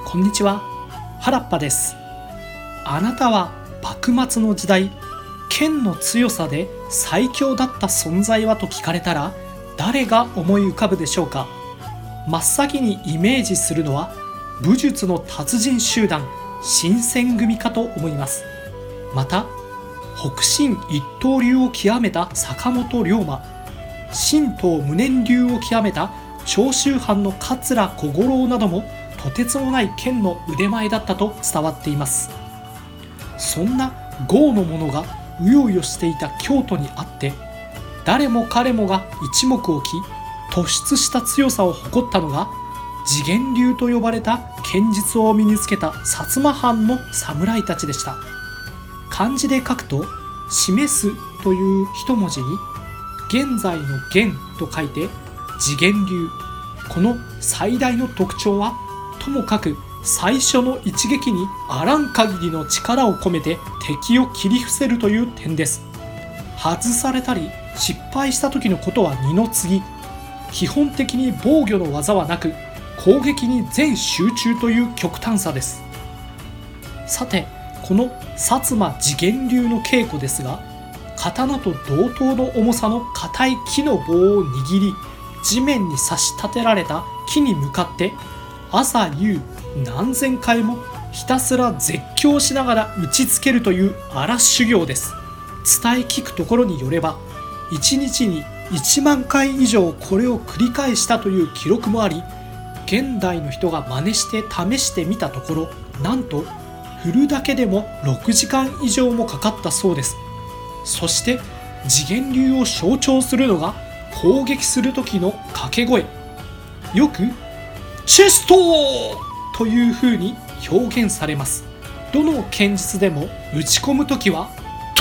こんにちは、原っぱです。あなたは幕末の時代、剣の強さで最強だった存在はと聞かれたら、誰が思い浮かぶでしょうか。真っ先にイメージするのは武術の達人集団新選組かと思います。また北辰一刀流を極めた坂本龍馬、神道無念流を極めた長州藩の桂小五郎などもとてつもない剣の腕前だったと伝わっています。そんな豪の者がうようよしていた京都にあって、誰も彼もが一目置き突出した強さを誇ったのが次元流と呼ばれた剣術を身につけた薩摩藩の侍たちでした。漢字で書くと示すという一文字に現在の元と書いて次元流。この最大の特徴は、ともかく最初の一撃にあらん限りの力を込めて敵を切り伏せるという点です。外されたり失敗した時のことは二の次。基本的に防御の技はなく、攻撃に全集中という極端さです。さて、この薩摩次元流の稽古ですが、刀と同等の重さの硬い木の棒を握り、地面に差し立てられた木に向かって朝夕何千回もひたすら絶叫しながら打ちつけるという荒修行です。伝え聞くところによれば、1日に1万回以上これを繰り返したという記録もあり、現代の人が真似して試してみたところ、なんと振るだけでも6時間以上もかかったそうです。そして次元流を象徴するのが攻撃する時の掛け声。よくチェストという風に表現されます。どの剣術でも打ち込む時はト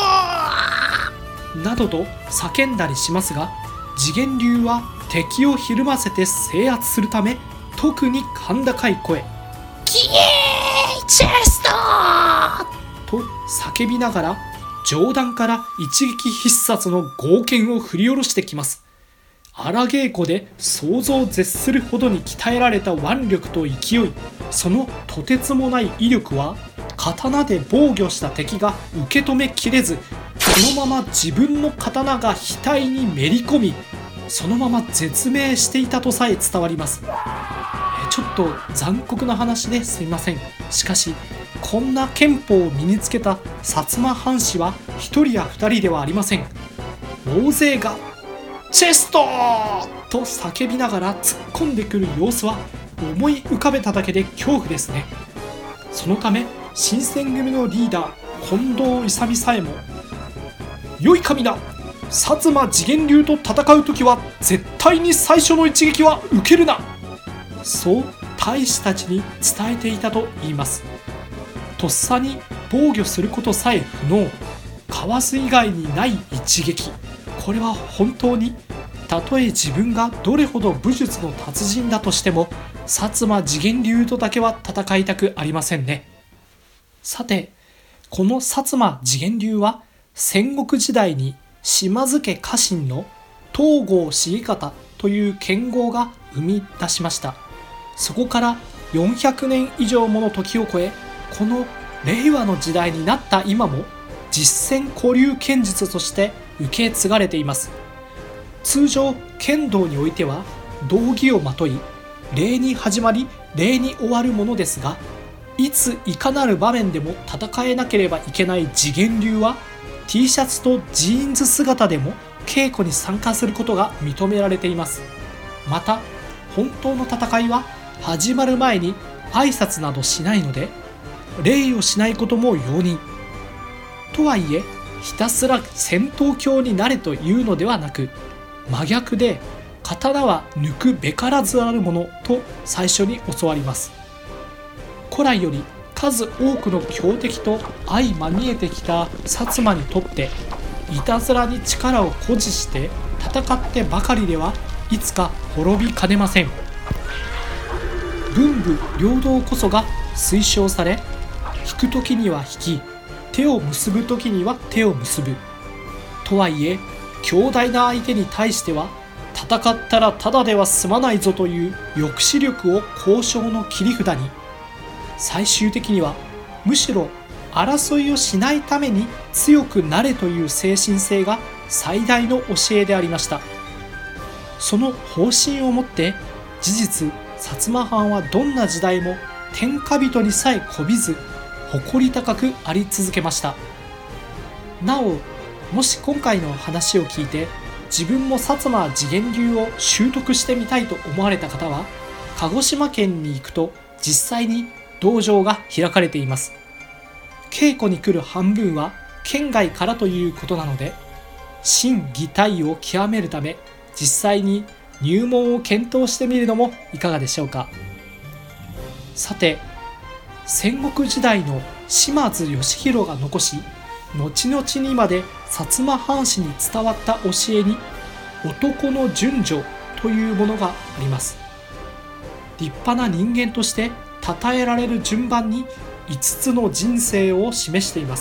ーなどと叫んだりしますが、次元流は敵をひるませて制圧するため、特に甲高い声、キエーチェストと叫びながら上段から一撃必殺の剛剣を振り下ろしてきます。荒稽古で想像を絶するほどに鍛えられた腕力と勢い、そのとてつもない威力は、刀で防御した敵が受け止めきれず、そのまま自分の刀が額にめり込み、そのまま絶命していたとさえ伝わります。ちょっと残酷な話ですみません。しかしこんな剣法を身につけた薩摩藩士は一人や二人ではありません。大勢がチェストと叫びながら突っ込んでくる様子は、思い浮かべただけで恐怖ですね。そのため新選組のリーダー近藤勇さえも、良い神だ、薩摩次元流と戦うときは絶対に最初の一撃は受けるな、そう大使たちに伝えていたといいます。とっさに防御することさえ不能、かわす以外にない一撃。これは本当に、たとえ自分がどれほど武術の達人だとしても、薩摩次元流とだけは戦いたくありませんね。さて、この薩摩次元流は戦国時代に島津家家臣の東郷重方という剣豪が生み出しました。そこから400年以上もの時を超え、この令和の時代になった今も実戦古流剣術として受け継がれています。通常剣道においては道着をまとい、礼に始まり礼に終わるものですが、いついかなる場面でも戦えなければいけない次元流は T シャツとジーンズ姿でも稽古に参加することが認められています。また本当の戦いは始まる前に挨拶などしないので、礼をしないことも容認。とはいえひたすら戦闘狂になれというのではなく、真逆で刀は抜くべからずあるものと最初に教わります。古来より数多くの強敵と相まみえてきた薩摩にとって、いたずらに力を誇示して戦ってばかりではいつか滅びかねません。文武両道こそが推奨され、引く時には引き、手を結ぶ時には手を結ぶ。とはいえ強大な相手に対しては、戦ったらただでは済まないぞという抑止力を交渉の切り札に、 最終的にはむしろ争いをしないために強くなれという精神性が最大の教えでありました。その方針をもって事実、薩摩藩はどんな時代も天下人にさえこびず誇り高くあり続けました。なお、もし今回の話を聞いて自分も薩摩次元流を習得してみたいと思われた方は、鹿児島県に行くと実際に道場が開かれています。稽古に来る半分は県外からということなので、心技体を極めるため実際に入門を検討してみるのもいかがでしょうか。さて、戦国時代の島津義弘が残し、後々にまで薩摩藩士に伝わった教えに男の順序というものがあります。立派な人間として称えられる順番に5つの人生を示しています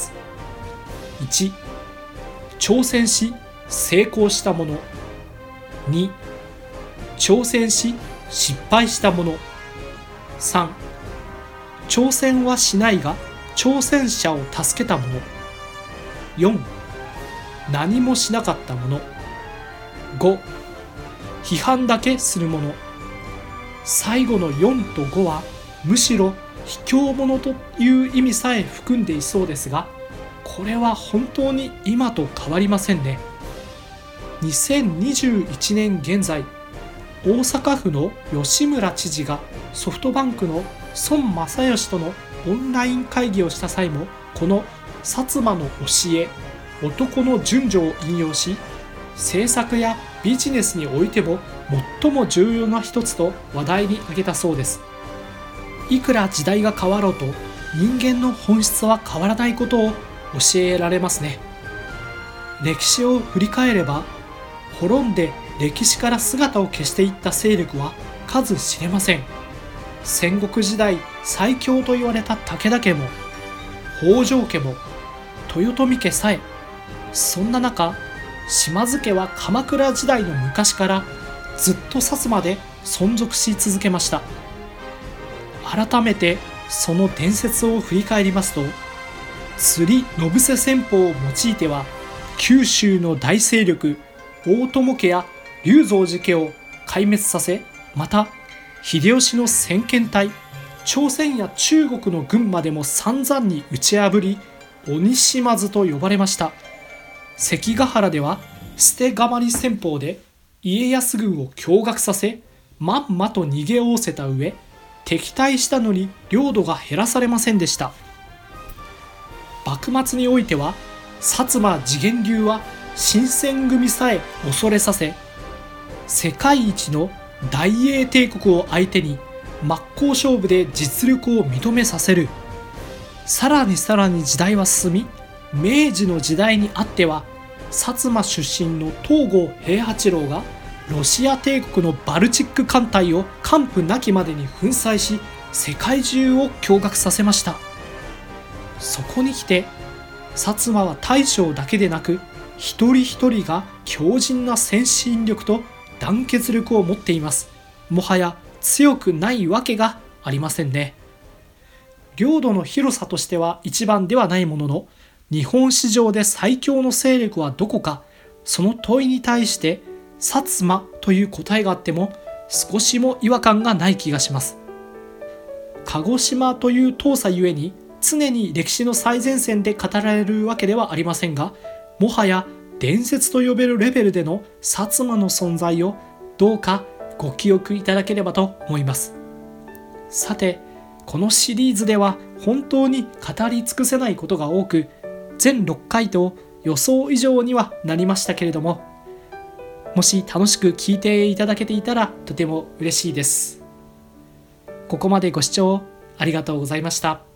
。1、挑戦し成功したもの。2、挑戦し失敗したもの。3、挑戦はしないが挑戦者を助けたもの。4、何もしなかったもの。5、批判だけするもの。最後の4と5はむしろ卑怯者という意味さえ含んでいそうですが、これは本当に今と変わりませんね。2021年現在、大阪府の吉村知事がソフトバンクの孫正義とのオンライン会議をした際も、この薩摩の教え、男の順序を引用し、政策やビジネスにおいても最も重要な一つと話題に挙げたそうです。いくら時代が変わろうと人間の本質は変わらないことを教えられますね。歴史を振り返れば、滅んで歴史から姿を消していった勢力は数知れません。戦国時代最強と言われた武田家も北条家も豊臣家さえ、そんな中島津家は鎌倉時代の昔からずっと薩摩で存続し続けました。改めてその伝説を振り返りますと、釣り信瀬戦法を用いては九州の大勢力大友家や龍造寺家を壊滅させ、また秀吉の先遣隊、朝鮮や中国の軍までも散々に打ち破り、鬼島津と呼ばれました。関ヶ原では捨てがまり戦法で家康軍を驚愕させ、まんまと逃げおおせた上、敵対したのに領土が減らされませんでした。幕末においては薩摩次元流は新選組さえ恐れさせ、世界一の大英帝国を相手に真っ向勝負で実力を認めさせる。さらに時代は進み、明治の時代にあっては薩摩出身の東郷平八郎がロシア帝国のバルチック艦隊を完膚なきまでに粉砕し、世界中を驚愕させました。そこに来て薩摩は大将だけでなく、一人一人が強靭な先進力と団結力を持っています。もはや強くないわけがありませんね。領土の広さとしては一番ではないものの、日本史上で最強の勢力はどこか、その問いに対して薩摩という答えがあっても少しも違和感がない気がします。鹿児島という遠さゆえに常に歴史の最前線で語られるわけではありませんが、もはや伝説と呼べるレベルでの薩摩の存在をどうかご記憶いただければと思います。さて、このシリーズでは本当に語り尽くせないことが多く、全6回と予想以上にはなりましたけれども、もし楽しく聞いていただけていたらとても嬉しいです。ここまでご視聴ありがとうございました。